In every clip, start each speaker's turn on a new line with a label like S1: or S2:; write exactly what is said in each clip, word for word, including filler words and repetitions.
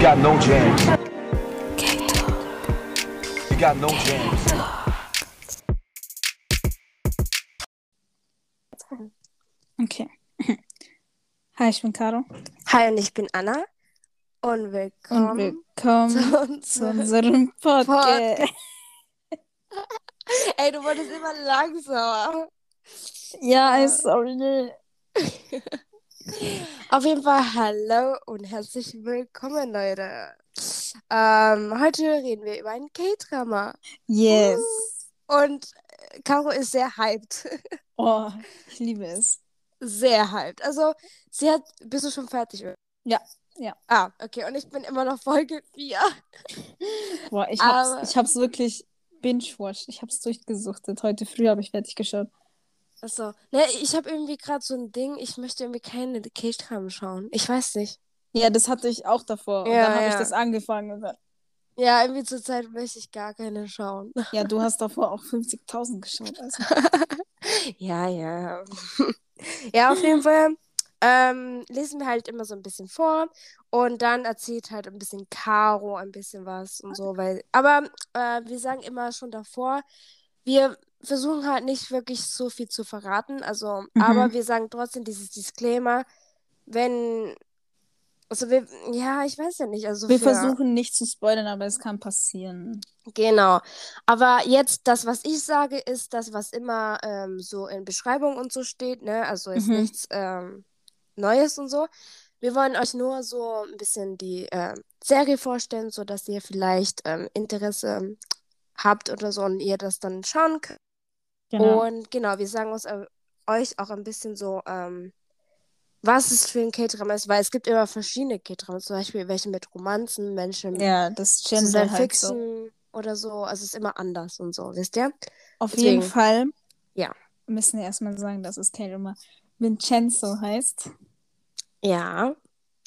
S1: got no jams. You got no jams.
S2: Okay. Hi, ich bin Caro.
S3: Hi, und ich bin Anna. Und willkommen,
S2: Und willkommen
S3: zu
S2: zu unserem Podcast.
S3: Podcast. Ey, du wurdest immer langsamer.
S2: Ja,
S3: Ja.
S2: sorry.
S3: Auf jeden Fall hallo und herzlich willkommen, Leute. Ähm, heute reden wir über ein K-Drama.
S2: Yes.
S3: Und äh, Caro ist sehr hyped.
S2: Oh, ich liebe es.
S3: Sehr hyped. Also, sie hat... Bist du schon fertig?
S2: Ja, ja.
S3: Ah, okay. Und ich bin immer noch Folge vier.
S2: Boah, ich hab's,
S3: Aber-
S2: ich hab's wirklich binge-watched. Ich hab's durchgesuchtet. Heute früh habe ich fertig geschaut.
S3: Achso. Ne, ich habe irgendwie gerade so ein Ding, ich möchte irgendwie keine K-Dramen schauen. Ich weiß nicht.
S2: Ja, das hatte ich auch davor. Und
S3: Ja,
S2: dann habe ich
S3: ja.
S2: das angefangen. Und dann,
S3: Ja, irgendwie zur Zeit möchte ich gar keine schauen.
S2: ja, du hast davor auch fünfzigtausend geschaut. Also.
S3: Ja, ja. Ja, auf jeden Fall ähm, lesen wir halt immer so ein bisschen vor und dann erzählt halt ein bisschen Caro ein bisschen was und so, weil, aber äh, wir sagen immer schon davor, wir versuchen halt nicht wirklich so viel zu verraten, also,
S2: Mhm.
S3: aber wir sagen trotzdem dieses Disclaimer, wenn, also wir, ja, ich weiß ja nicht, also
S2: Wir
S3: für,
S2: versuchen nicht zu spoilern, aber es kann passieren.
S3: genau. Aber jetzt, das, was ich sage, ist das, was immer ähm, so in Beschreibung und so steht, ne? Also ist
S2: Mhm.
S3: nichts ähm, Neues und so. Wir wollen euch nur so ein bisschen die ähm, Serie vorstellen, sodass ihr vielleicht ähm, Interesse habt oder so und ihr das dann schauen könnt.
S2: Genau.
S3: Und genau, wir sagen uns äh, euch auch ein bisschen so, ähm, was es für ein K-Drama ist, weil es gibt immer verschiedene K-Dramas, zum Beispiel welche mit Romanzen, Menschen
S2: Ja, das
S3: zu
S2: Gender
S3: Science
S2: halt so.
S3: Fiction oder so. Also es ist immer anders und so, wisst ihr?
S2: Auf
S3: Deswegen,
S2: jeden Fall
S3: ja.
S2: müssen wir erstmal sagen, dass es K-Drama Vincenzo heißt.
S3: Ja.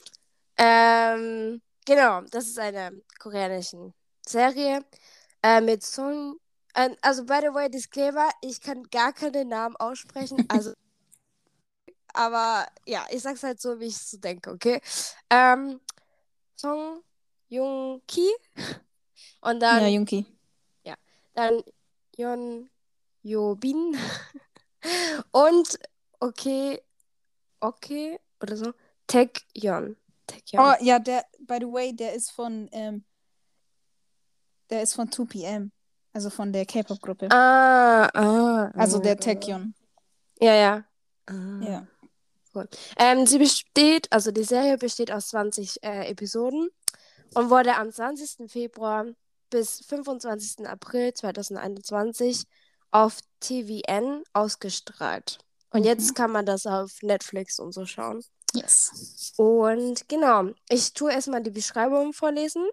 S3: Ähm, genau, das ist eine koreanische Serie äh, mit Song. Äh, also, by the way, Disclaimer, ich kann gar keine Namen aussprechen. Also, aber ja, ich sag's halt so, wie ich es so denke, okay? Ähm, Song Jung Ki und dann,
S2: Ja, Junki.
S3: ja, dann Yeon Yobin und okay, okay, oder so, Taecyeon. Taecyeon.
S2: Oh, ja, der, by the way, der ist von, ähm, der ist von zwei P M. Also von der K-Pop-Gruppe.
S3: Ah, ah,
S2: Also der
S3: ah.
S2: Taecyeon.
S3: Ja, ja. Ah,
S2: Ja.
S3: cool. Ähm, sie besteht, also die Serie besteht aus zwanzig äh, Episoden und wurde am zwanzigsten Februar bis fünfundzwanzigsten April zweitausendeinundzwanzig auf T V N ausgestrahlt. Und
S2: Mhm.
S3: jetzt kann man das auf Netflix und so schauen.
S2: Yes.
S3: Und genau, ich tue erstmal die Beschreibung vorlesen.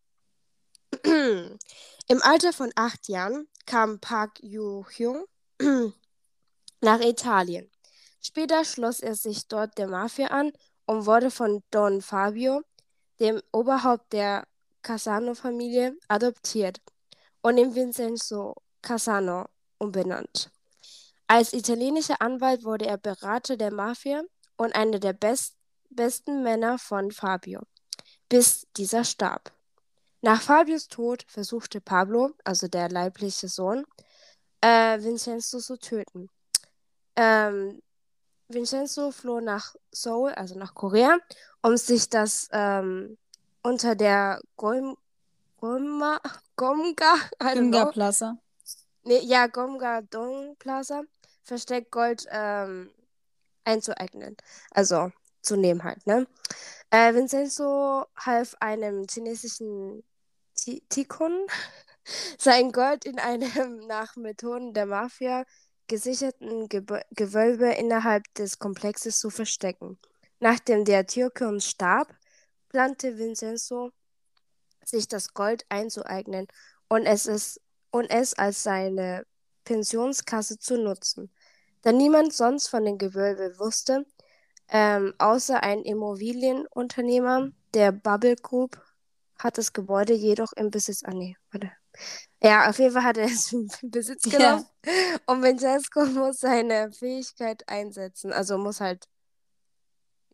S3: Im Alter von acht Jahren kam Park Yoo-hyung nach Italien. Später schloss er sich dort der Mafia an und wurde von Don Fabio, dem Oberhaupt der Casano-Familie, adoptiert und in Vincenzo Casano umbenannt. Als italienischer Anwalt wurde er Berater der Mafia und einer der best besten Männer von Fabio, bis dieser starb. Nach Fabios Tod versuchte Pablo, also der leibliche Sohn, äh, Vincenzo zu töten. Ähm, Vincenzo floh nach Seoul, also nach Korea, um sich das ähm, unter der Gom Gomma Gomga, I don't
S2: Gunga
S3: know,
S2: Plaza.
S3: nee, ja, Gomga Dong Plaza, Versteck Gold ähm, einzueignen. Also zu nehmen halt, ne? Äh, Vincenzo half einem chinesischen Ti- Tikun sein Gold in einem nach Methoden der Mafia gesicherten Gebö Gewölbe innerhalb des Komplexes zu verstecken. Nachdem der Türkon starb, plante Vincenzo, sich das Gold einzueignen und es, ist, und es als seine Pensionskasse zu nutzen. Da niemand sonst von den Gewölbe wusste, ähm, außer ein Immobilienunternehmer der Bubble Group, hat das Gebäude jedoch im Besitz. Ah, nee, warte. Ja, auf jeden Fall hat er es in Besitz
S2: Ja.
S3: genommen. Und Vincenzo muss seine Fähigkeit einsetzen. Also muss halt,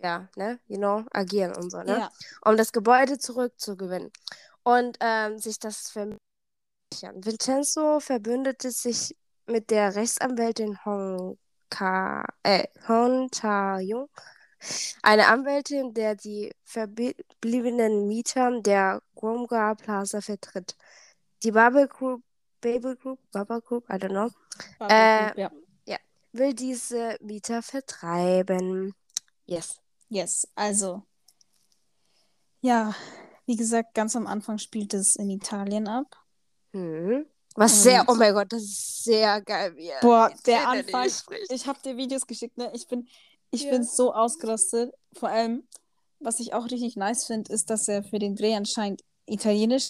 S3: ja, ne, you know, agieren und so, ne?
S2: Ja.
S3: Um das Gebäude zurückzugewinnen. Und ähm, sich das vermischen. Vincenzo verbündete sich mit der Rechtsanwältin Hong Ka, äh, Hon Cha-Young, eine Anwältin, der die verbliebenen Mieter der Gromga Plaza vertritt. Die Babel Group, Babel Group, Baba Group, I don't know,
S2: Bubble
S3: äh,
S2: Group, ja.
S3: ja, will diese Mieter vertreiben. Yes.
S2: Yes, also, ja, wie gesagt, ganz am Anfang spielt es in Italien ab.
S3: Hm. Was sehr, oh mein Gott, das ist sehr geil, wie er
S2: Boah,
S3: die
S2: der
S3: Szene
S2: Anfang,
S3: nicht spricht.
S2: ich habe dir Videos geschickt, ne? Ich bin, ich
S3: Ja.
S2: bin so ausgerastet. Vor allem, was ich auch richtig nice finde, ist, dass er für den Dreh anscheinend Italienisch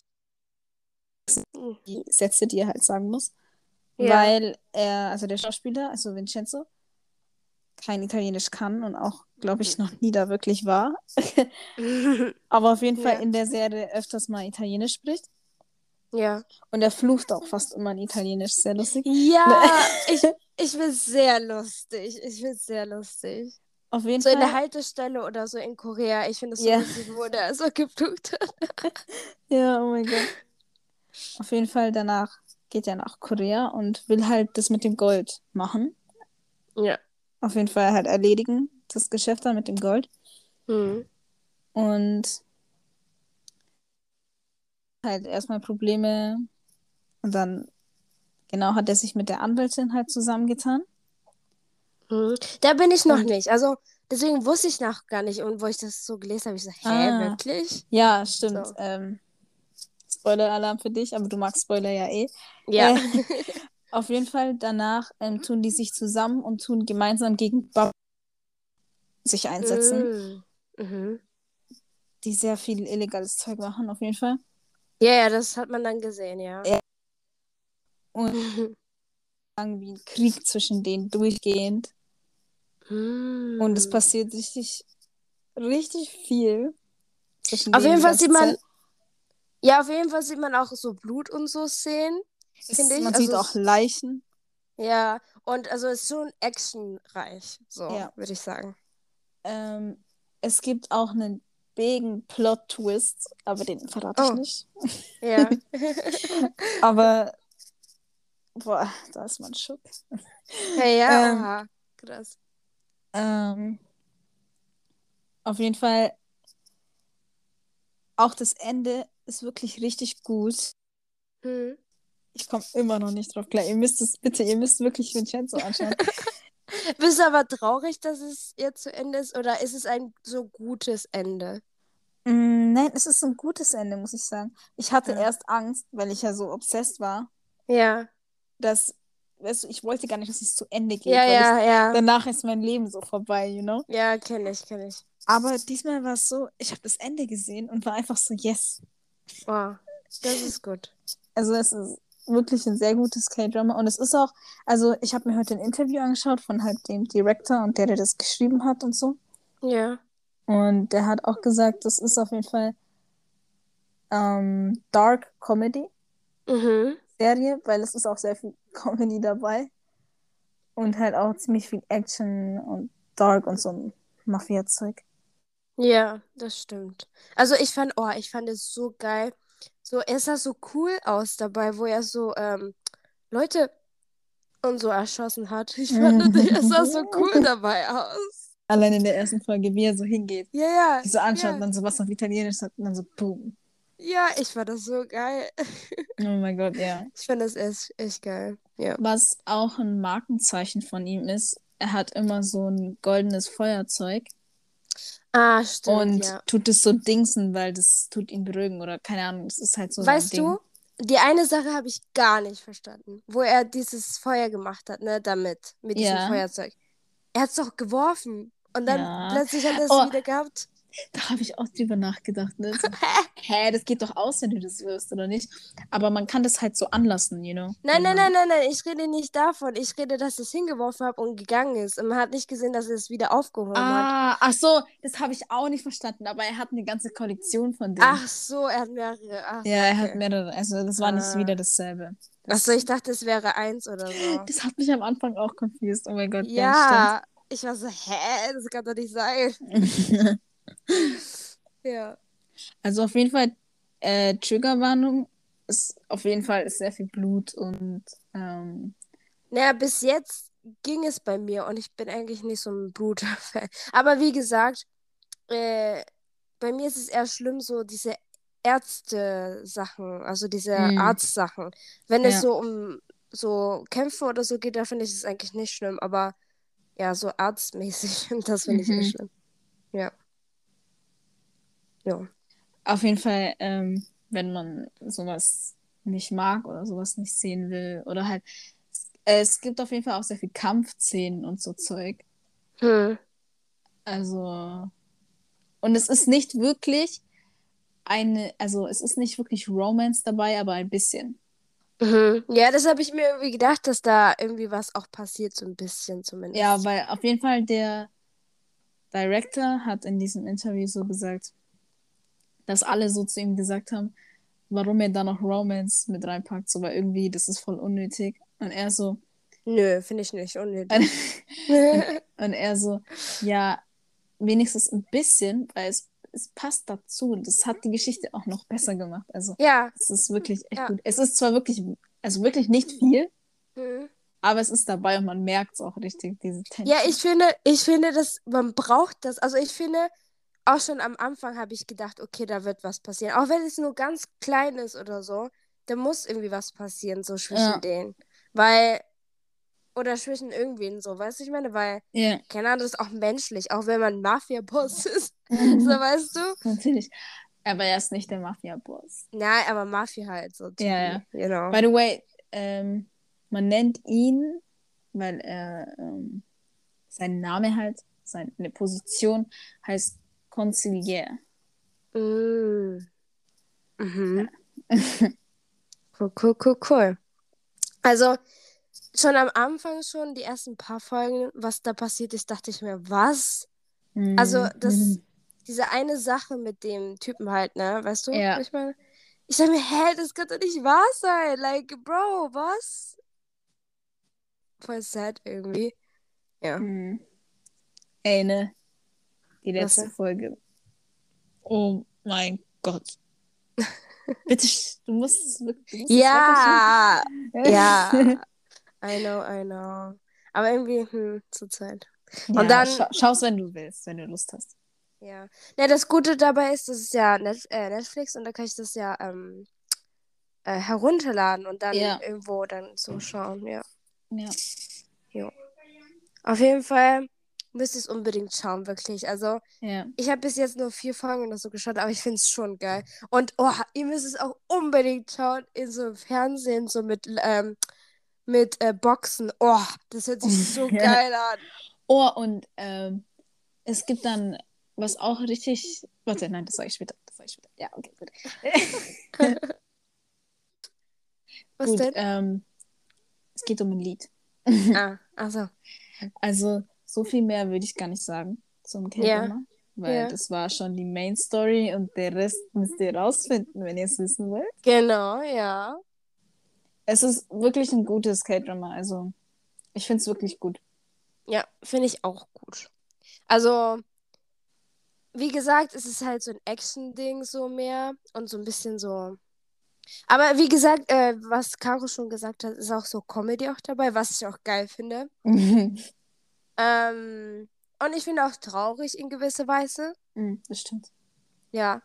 S2: die Sätze, die er halt sagen muss.
S3: Ja.
S2: Weil er, also der Schauspieler, also Vincenzo, kein Italienisch kann und auch, glaube ich, noch nie da wirklich war. Aber auf jeden Fall
S3: Ja.
S2: in der Serie öfters mal Italienisch spricht.
S3: Ja.
S2: Und er flucht auch fast immer in Italienisch. Sehr lustig.
S3: Ja, ich, ich find's sehr lustig. Ich find's sehr lustig.
S2: Auf jeden
S3: So in der
S2: Fall.
S3: Haltestelle oder so in Korea. Ich finde es so
S2: Ja.
S3: lustig, wo der so geflucht hat.
S2: Ja, oh mein Gott. Auf jeden Fall danach geht er nach Korea und will halt das mit dem Gold machen.
S3: Ja.
S2: Auf jeden Fall halt erledigen, das Geschäft da mit dem Gold.
S3: Hm.
S2: Und halt erstmal Probleme. Und dann, genau, hat er sich mit der Anwältin halt zusammengetan.
S3: Hm. Da bin ich noch
S2: Und-
S3: nicht. Also, deswegen wusste ich noch gar nicht. Und wo ich das so gelesen habe, ich so, hä,
S2: Ah.
S3: wirklich?
S2: Ja, stimmt.
S3: So.
S2: Ähm, Spoiler-Alarm für dich, aber du magst Spoiler ja eh.
S3: Ja.
S2: Äh, auf jeden Fall, danach ähm, tun die sich zusammen und tun gemeinsam gegen Bab sich einsetzen,
S3: Mm. Mhm.
S2: die sehr viel illegales Zeug machen, auf jeden Fall.
S3: Ja, ja, das hat man dann gesehen, ja.
S2: Ja. Und sagen wie ein Krieg zwischen denen durchgehend.
S3: Mm.
S2: Und es passiert richtig, richtig viel zwischen
S3: Auf
S2: denen
S3: jeden
S2: die
S3: Fall
S2: ganze
S3: sieht man,
S2: Zeit.
S3: ja, auf jeden Fall sieht man auch so Blut und so Szenen,
S2: Es,
S3: finde ich.
S2: man
S3: Also
S2: sieht auch
S3: es-
S2: Leichen.
S3: Ja, und also es ist schon actionreich, so,
S2: Ja.
S3: würde ich sagen.
S2: Ähm, es gibt auch einen big Plot-Twist, aber den verrate ich
S3: Oh.
S2: nicht.
S3: Ja.
S2: Aber, boah, da ist man schock.
S3: Hey, ja,
S2: Ähm,
S3: oha. Krass.
S2: Ähm, auf jeden Fall, auch das Ende ist wirklich richtig gut.
S3: Hm.
S2: Ich komme immer noch nicht drauf klar. Ihr müsst es bitte, ihr müsst wirklich Vincenzo anschauen.
S3: Bist du aber traurig, dass es jetzt zu Ende ist, oder ist es ein so gutes Ende?
S2: Mm, nein, es ist ein gutes Ende, muss ich sagen. Ich hatte
S3: Ja.
S2: erst Angst, weil ich ja so obsessed war,
S3: Ja.
S2: dass, weißt du, ich wollte gar nicht, dass es zu Ende geht,
S3: Ja,
S2: weil
S3: ja,
S2: ich,
S3: ja.
S2: danach ist mein Leben so vorbei, you know?
S3: Ja, kenne ich, kenne ich.
S2: Aber diesmal war es so, ich habe das Ende gesehen und war einfach so, yes.
S3: Oh, das ist gut.
S2: Also es ist wirklich ein sehr gutes K-Drama und es ist auch, also ich habe mir heute ein Interview angeschaut von halt dem Director und der, der das geschrieben hat und so.
S3: Ja.
S2: Und der hat auch gesagt, das ist auf jeden Fall ähm, Dark Comedy
S3: Mhm.
S2: Serie, weil es ist auch sehr viel Comedy dabei und halt auch ziemlich viel Action und Dark und so ein Mafia-Zeug.
S3: Ja, das stimmt. Also ich fand, oh, ich fand es so geil. So, er sah so cool aus dabei, wo er so ähm, Leute und so erschossen hat. Ich fand, er sah so cool dabei aus.
S2: Allein in der ersten Folge, wie er so hingeht,
S3: Ja, ja.
S2: die so anschaut
S3: ja.
S2: und dann so was auf Italienisch sagt und dann so boom.
S3: Ja, ich fand das so geil.
S2: Oh mein Gott, ja.
S3: Ich fand das echt, echt geil. Ja.
S2: Was auch ein Markenzeichen von ihm ist, er hat immer so ein goldenes Feuerzeug
S3: Ah, stimmt,
S2: und
S3: ja.
S2: tut es so dingsen, weil das tut ihn beruhigen oder keine Ahnung, das ist halt so
S3: Weißt
S2: sein Ding.
S3: du, die eine Sache habe ich gar nicht verstanden, wo er dieses Feuer gemacht hat, ne, damit, mit diesem
S2: Ja.
S3: Feuerzeug. Er hat es doch geworfen und dann
S2: Ja.
S3: plötzlich hat er es
S2: Oh.
S3: wieder gehabt.
S2: Da habe ich auch drüber nachgedacht, ne? So, hä, das geht doch aus, wenn du das wirst, oder nicht? Aber man kann das halt so anlassen, you know?
S3: Nein,
S2: Wenn
S3: nein,
S2: man-
S3: nein, nein, nein, ich rede nicht davon. Ich rede, dass er es hingeworfen hat und gegangen ist. Und man hat nicht gesehen, dass er es wieder aufgehoben hat.
S2: Ah, ach so, das habe ich auch nicht verstanden, aber er hat eine ganze Kollektion von denen.
S3: Ach so, er hat mehrere. Ach,
S2: Ja, er hat
S3: okay.
S2: mehrere, also das war nicht
S3: Ah.
S2: wieder dasselbe.
S3: Ach so, ich dachte, es wäre eins oder so.
S2: Das hat mich am Anfang auch confused, oh mein Gott, ja,
S3: Ja, Ich war so, hä? Das kann doch nicht sein. Ja.
S2: Also auf jeden Fall, äh, Triggerwarnung ist auf jeden Fall ist sehr viel Blut und ähm,
S3: Naja, bis jetzt ging es bei mir und ich bin eigentlich nicht so ein Blut-Fan. Aber wie gesagt, äh, bei mir ist es eher schlimm, so diese Ärzte-Sachen, also diese
S2: mm,
S3: Arzt-Sachen. Wenn es
S2: ja.
S3: so um so Kämpfe oder so geht, da finde ich es eigentlich nicht schlimm. Aber ja, so arztmäßig, das finde ich eher
S2: Mhm.
S3: schlimm. Ja. Ja.
S2: Auf jeden Fall, ähm, wenn man sowas nicht mag oder sowas nicht sehen will oder halt, äh, es gibt auf jeden Fall auch sehr viel Kampfszenen und so Zeug.
S3: Hm.
S2: Also, und es ist nicht wirklich eine, also es ist nicht wirklich Romance dabei, aber ein bisschen.
S3: Mhm. Ja, das habe ich mir irgendwie gedacht, dass da irgendwie was auch passiert, so ein bisschen
S2: Ja,
S3: zumindest.
S2: weil auf jeden Fall der Director hat in diesem Interview so gesagt, dass alle so zu ihm gesagt haben, warum er da noch Romance mit reinpackt, so, weil irgendwie, das ist voll unnötig. Und er so,
S3: Nö, finde ich nicht
S2: und,
S3: unnötig.
S2: und, und er so, ja, wenigstens ein bisschen, weil es, es passt dazu und das hat die Geschichte auch noch besser gemacht. Also,
S3: Ja,
S2: es ist wirklich echt
S3: ja.
S2: gut. Es ist zwar wirklich, also wirklich nicht viel,
S3: Mhm.
S2: aber es ist dabei und man merkt es auch richtig, diese
S3: Ja, ich
S2: Tension.
S3: finde, ich finde, dass man braucht das. Also ich finde, auch schon am Anfang habe ich gedacht, okay, da wird was passieren. Auch wenn es nur ganz klein ist oder so, da muss irgendwie was passieren, so zwischen
S2: Ja,
S3: denen. Weil, oder zwischen irgendwen so, weißt du, ich meine, weil,
S2: ja.
S3: keine Ahnung, das ist auch menschlich, auch wenn man Mafia-Boss ist. So, weißt du?
S2: Natürlich. Aber er ist nicht der Mafia-Boss.
S3: Nein, aber Mafia halt, so to
S2: Ja, ja.
S3: be, you know.
S2: By the way, ähm, man nennt ihn, weil er ähm, sein Name halt, seine Position heißt Consigliere.
S3: Mm.
S2: Ja.
S3: Mhm. Cool, cool, cool, cool. Also, schon am Anfang schon, die ersten paar Folgen, was da passiert ist, dachte ich mir, was? Also, das,
S2: Mhm.
S3: diese eine Sache mit dem Typen halt, ne, weißt du,
S2: Ja.
S3: was ich meine? Ich dachte mir, hä, das kann doch nicht wahr sein. Like, Bro, was? Voll sad irgendwie. Ja,
S2: Mhm. Ey, ne? Die
S3: was
S2: letzte
S3: denn?
S2: Folge. Oh mein Gott. Bitte, sch- du musst es wirklich, du musst es weiterschauen.
S3: Ja, ja, I know, I know. Aber irgendwie, hm, zur Zeit. Und
S2: Ja,
S3: dann,
S2: scha schau's, wenn du willst, wenn du Lust hast.
S3: ja. Ne, das Gute dabei ist, das ist ja Net äh, Netflix und da kann ich das ja ähm, äh, herunterladen und dann
S2: Ja,
S3: irgendwo dann so schauen, ja.
S2: ja,
S3: Jo. Auf jeden Fall müsst ihr es unbedingt schauen, wirklich. Also,
S2: ja.
S3: ich habe bis jetzt nur vier Folgen oder so geschaut, aber ich finde es schon geil. Und oh, ihr müsst es auch unbedingt schauen in so einem Fernsehen, so mit, ähm, mit äh, Boxen. Oh, das hört sich so geil an.
S2: Oh, und ähm, es gibt dann, was auch richtig. Warte, nein, das sage ich später. Das sage ich später. Ja, okay, gut.
S3: Was
S2: Gut,
S3: denn?
S2: ähm, es geht um ein Lied.
S3: Ah, also.
S2: Also, so viel mehr würde ich gar nicht sagen zum
S3: Ja,
S2: K-Drama, weil
S3: ja.
S2: das war schon die Main Story und der Rest müsst ihr rausfinden, wenn ihr es wissen wollt.
S3: Genau, ja.
S2: Es ist wirklich ein gutes K-Drama, also ich finde es wirklich gut.
S3: Ja, finde ich auch gut. Also, wie gesagt, es ist halt so ein Action-Ding so mehr und so ein bisschen so. Aber wie gesagt, äh, was Caro schon gesagt hat, ist auch so Comedy auch dabei, was ich auch geil finde. Ähm, und ich finde auch traurig in gewisser Weise.
S2: Mm, das stimmt.
S3: Ja.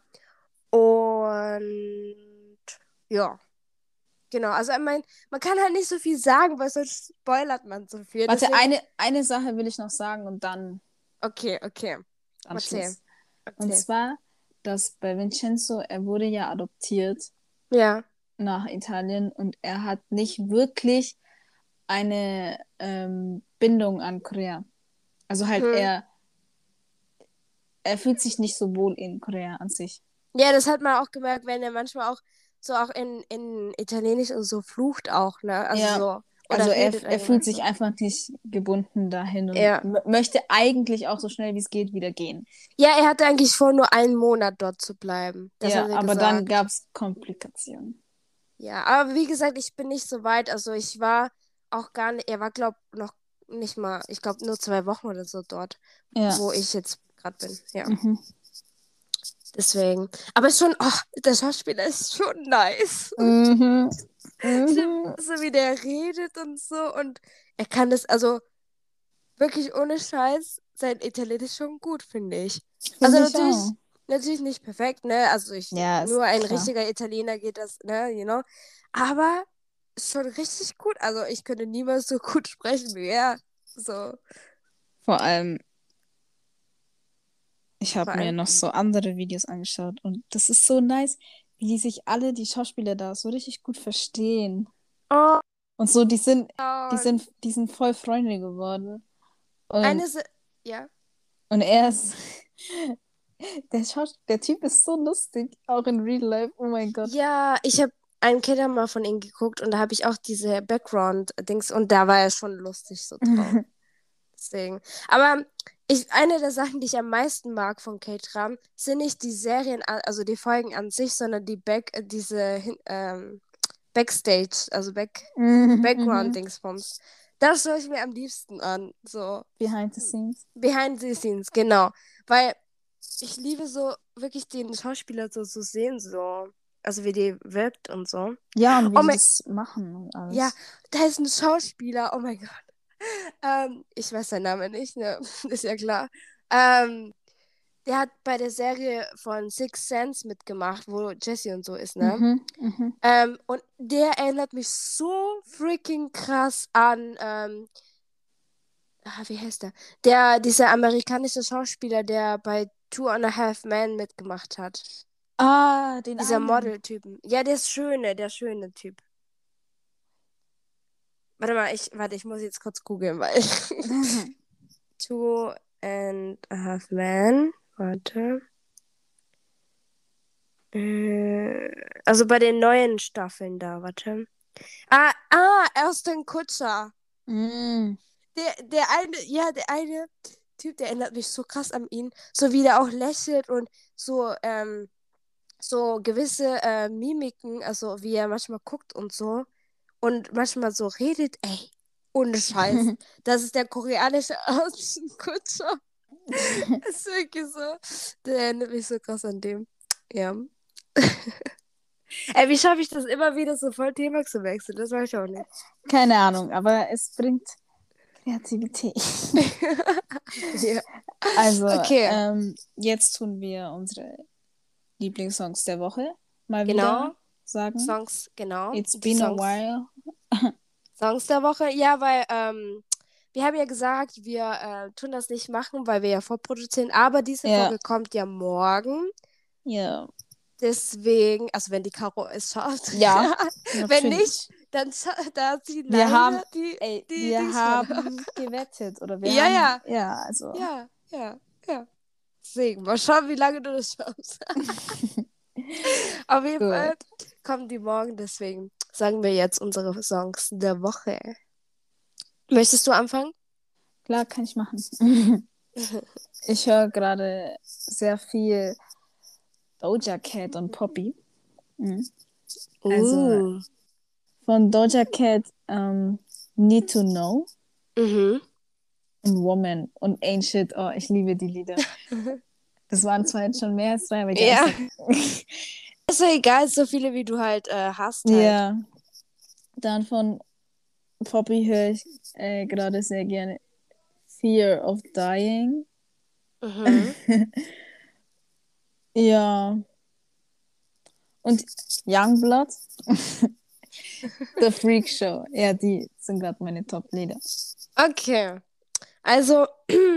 S3: Und ja, genau. Also ich meine, man kann halt nicht so viel sagen, weil sonst spoilert man so viel.
S2: Warte,
S3: Deswegen,
S2: eine, eine Sache will ich noch sagen und dann,
S3: okay, okay.
S2: dann
S3: Erzähl,
S2: Schluss. Und
S3: erzähl.
S2: zwar, dass bei Vincenzo, er wurde ja adoptiert
S3: Ja.
S2: nach Italien und er hat nicht wirklich eine ähm, Bindung an Korea. Also halt,
S3: Hm.
S2: er, er fühlt sich nicht so wohl in Korea an sich.
S3: Ja, das hat man auch gemerkt, wenn er manchmal auch so auch in, in Italienisch und so flucht auch, ne? Also
S2: Ja,
S3: so.
S2: also
S3: Oder
S2: er,
S3: redet
S2: er
S3: allgemein
S2: fühlt sich
S3: so.
S2: einfach nicht gebunden dahin und
S3: Ja.
S2: m- möchte eigentlich auch so schnell wie es geht wieder gehen.
S3: Ja, er hatte eigentlich vor, nur einen Monat dort zu bleiben. Das
S2: Ja,
S3: hat er
S2: aber dann
S3: gesagt.
S2: gab es Komplikationen.
S3: Ja, aber wie gesagt, ich bin nicht so weit. Also ich war auch gar nicht, er war, glaub, noch nicht mal, ich glaube nur zwei Wochen oder so dort,
S2: Ja.
S3: wo ich jetzt gerade bin. Ja,
S2: Mhm.
S3: deswegen. Aber schon, oh, der Schauspieler ist schon nice.
S2: Mhm.
S3: So,
S2: Mhm.
S3: so wie der redet und so. Und er kann das, also wirklich ohne Scheiß, sein Italienisch ist schon gut, finde ich. Also
S2: Finde ich
S3: natürlich,
S2: auch.
S3: natürlich nicht perfekt, ne? Also ich,
S2: Ja, ist
S3: nur ein
S2: klar.
S3: richtiger Italiener geht das, ne, you know. Aber schon richtig gut. Also ich könnte niemals so gut sprechen wie er. So,
S2: Vor allem, ich
S3: vor
S2: habe mir
S3: allem.
S2: noch so andere Videos angeschaut und das ist so nice, wie die sich alle, die Schauspieler da, so richtig gut verstehen.
S3: Oh,
S2: Und so, die sind, die
S3: und
S2: sind, die sind voll Freunde geworden. Und,
S3: eine, Se ja.
S2: und er ist, der Schaus der Typ ist so lustig, auch in Real Life. Oh mein Gott.
S3: Ja, ich habe einen Killer mal von ihm geguckt und da habe ich auch diese Background-Dings und da war er schon lustig so drauf. Deswegen. Aber ich, eine der Sachen, die ich am meisten mag von K-Dram, sind nicht die Serien, an- also die Folgen an sich, sondern die Back, äh, diese hin- ähm, Backstage, also Back,
S2: Mhm, mhm.
S3: Background-Dingsbums. Das schaue ich mir am liebsten an. So
S2: Behind the scenes.
S3: Behind the Scenes, genau. Weil ich liebe so wirklich den Schauspieler so zu sehen, so. Also wie die wirkt und so.
S2: Ja, und wie
S3: Oh
S2: die
S3: mein,
S2: das machen und
S3: ja,
S2: alles.
S3: da ist ein Schauspieler, oh mein Gott. Ähm, ich weiß seinen Namen nicht, ne? Ist ja klar. Ähm, der hat bei der Serie von Six Sense mitgemacht, wo Jesse und so ist, ne?
S2: Mhm, mhm.
S3: Ähm, und der erinnert mich so freaking krass an, ähm, ah, wie heißt der? Der, dieser amerikanische Schauspieler, der bei Two and a Half Men mitgemacht hat.
S2: Ah, den
S3: Dieser
S2: einen.
S3: Model-Typen. Ja, der ist schöne, der schöne Typ. Warte mal, ich, warte, ich muss jetzt kurz googeln, weil Two and a Half Men. Warte. Äh, also bei den neuen Staffeln da, warte. Ah, ah, Ashton Kutcher.
S2: Mm.
S3: Der, der eine, ja, der eine Typ, der erinnert mich so krass an ihn. So wie der auch lächelt und so, ähm, so gewisse äh, Mimiken, also wie er manchmal guckt und so. Und manchmal so redet, ey, ohne Scheiß. Das ist der koreanische Ashton Kutcher. Das ist wirklich so. Der erinnert mich so krass an dem. Ja. Ey, wie schaffe ich das immer wieder so voll Thema zu wechseln? Das weiß ich auch nicht.
S2: Keine Ahnung, aber es bringt Kreativität.
S3: Ja.
S2: Also,
S3: Okay,
S2: ähm, jetzt tun wir unsere Lieblingssongs der Woche mal wieder
S3: genau.
S2: sagen.
S3: Songs, genau.
S2: It's
S3: Die
S2: been a
S3: Songs,
S2: while.
S3: Songs der Woche. Ja, weil ähm, wir haben ja gesagt, wir äh, tun das nicht machen, weil wir ja vorproduzieren. Aber diese
S2: Ja,
S3: Folge kommt ja morgen.
S2: ja,
S3: Deswegen, also wenn die Caro es schafft.
S2: ja,
S3: Wenn nicht,
S2: natürlich.
S3: dann scha- da hat sie
S2: Wir haben,
S3: leider die,
S2: ey,
S3: die
S2: wir
S3: Dings schon.
S2: haben gewettet oder wir
S3: Ja,
S2: haben,
S3: ja,
S2: ja, also.
S3: ja, ja, ja. Deswegen, mal schauen, wie lange du das schaffst. Auf jeden
S2: Gut.
S3: Fall kommen die morgen, deswegen sagen wir jetzt unsere Songs der Woche. Möchtest du anfangen?
S2: Klar, kann ich machen. Ich höre gerade sehr viel Doja Cat und Poppy. Mhm. Also
S3: Uh.
S2: von Doja Cat ähm, Need to Know
S3: Mhm.
S2: und Woman und Ain't Shit. Oh, ich liebe die Lieder. Das waren zwar jetzt schon mehr als drei, aber egal.
S3: Ja.
S2: Ich
S3: Ist ja egal, so viele wie du halt äh, hast halt.
S2: ja, dann von Poppy höre ich äh, gerade sehr gerne Fear of Dying.
S3: Mhm.
S2: Ja, und Youngblood. The Freak Show. Ja, die sind gerade meine Top-Lieder.
S3: Okay. Also,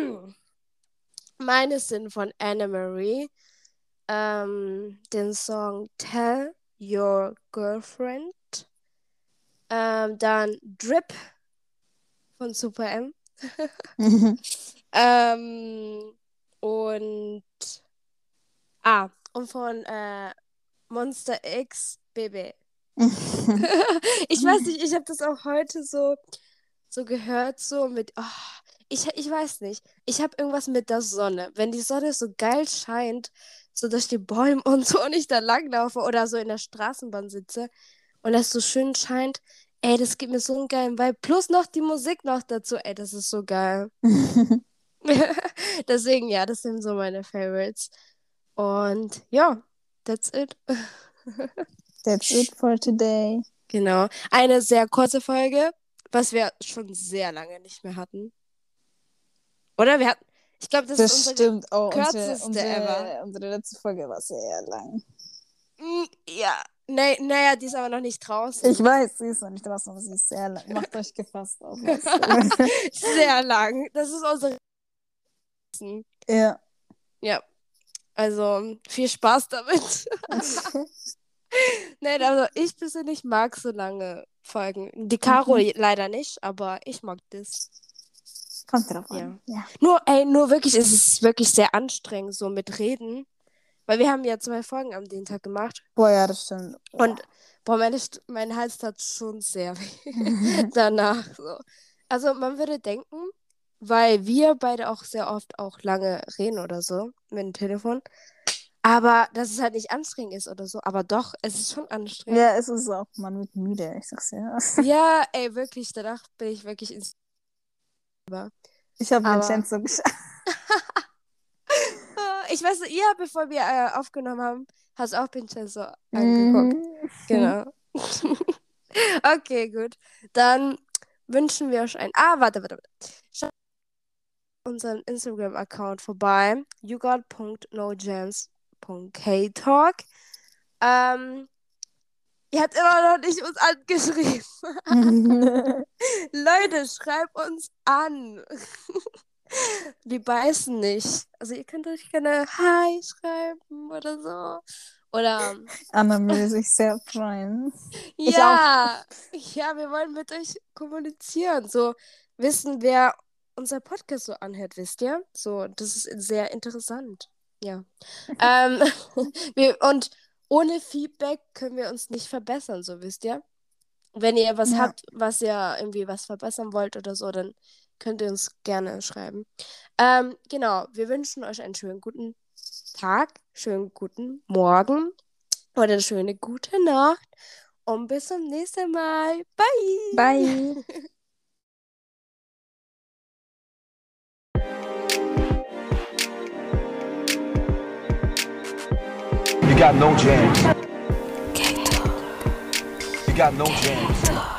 S3: meine sind von Anna Marie. Ähm, den Song Tell Your Girlfriend. Ähm, dann Drip von Super M. Ähm, und ah, und von äh, Monster X Baby. Ich weiß nicht, ich habe das auch heute so, so gehört, so mit, oh, ich, ich weiß nicht, ich habe irgendwas mit der Sonne. Wenn die Sonne so geil scheint, so durch die Bäume und so und ich da langlaufe oder so in der Straßenbahn sitze und es so schön scheint, Ey, das gibt mir so einen geilen Vibe. Plus noch die Musik noch dazu. Ey, das ist so geil. Deswegen, ja, das sind so meine Favorites. Und ja, that's it.
S2: That's it for today.
S3: Genau. Eine sehr kurze Folge, was wir schon sehr lange nicht mehr hatten. Oder? Wir hatten, ich glaube, das,
S2: Das
S3: ist unsere
S2: stimmt. Oh, unsere,
S3: kürzeste ever.
S2: unsere, unsere letzte Folge war sehr lang.
S3: Mm, Ja, nee, naja, die ist aber noch nicht draußen.
S2: Ich weiß, sie ist noch nicht draußen, aber sie ist sehr lang. Macht euch gefasst auf was.
S3: Sehr lang. Das ist unsere.
S2: Ja.
S3: Ja. Also, viel Spaß damit. Nein, also ich persönlich mag so lange Folgen. Die Caro
S2: Mhm.
S3: leider nicht, aber ich mag das.
S2: Kommt drauf an.
S3: Ja.
S2: Ja.
S3: Nur, ey, nur wirklich, es ist wirklich sehr anstrengend, so mit Reden. Weil wir haben ja zwei Folgen am den Tag gemacht.
S2: Boah, ja, das stimmt. Boah.
S3: Und boah, meine, St- mein Hals tat schon sehr weh danach. So. Also man würde denken, weil wir beide auch sehr oft auch lange reden oder so mit dem Telefon. Aber dass es halt nicht anstrengend ist oder so. Aber doch, es ist schon anstrengend.
S2: Ja, es ist auch, man wird müde, ich sag's ja.
S3: Ja, ey, wirklich, danach bin ich wirklich ins.
S2: Ich habe
S3: Aber-
S2: Vincenzo geschaut.
S3: Ich weiß, ja, bevor wir äh, aufgenommen haben, hast du auch Vincenzo angeguckt.
S2: Mhm.
S3: Genau. Okay, gut. Dann wünschen wir euch ein. Ah, warte, warte, warte. Schaut unseren Instagram-Account vorbei. yougot punkt nojams punkt ktalk. Ähm, ihr habt immer noch nicht uns angeschrieben. Leute, schreibt uns an. Wir beißen nicht. Also ihr könnt euch gerne Hi schreiben oder so. Oder
S2: Anna würde sich sehr freuen. Ich
S3: ja, ja, wir wollen mit euch kommunizieren. So wissen, wer unser Podcast so anhört, wisst ihr? So, das ist sehr interessant. Ja. ähm, wir, und ohne Feedback können wir uns nicht verbessern, so wisst ihr? Wenn ihr was
S2: Ja.
S3: habt, was ihr irgendwie was verbessern wollt oder so, dann könnt ihr uns gerne schreiben. Ähm, genau, wir wünschen euch einen schönen guten Tag, schönen guten Morgen oder eine schöne gute Nacht und bis zum nächsten Mal. Bye!
S2: Bye.
S1: You got no jams. You got no jams.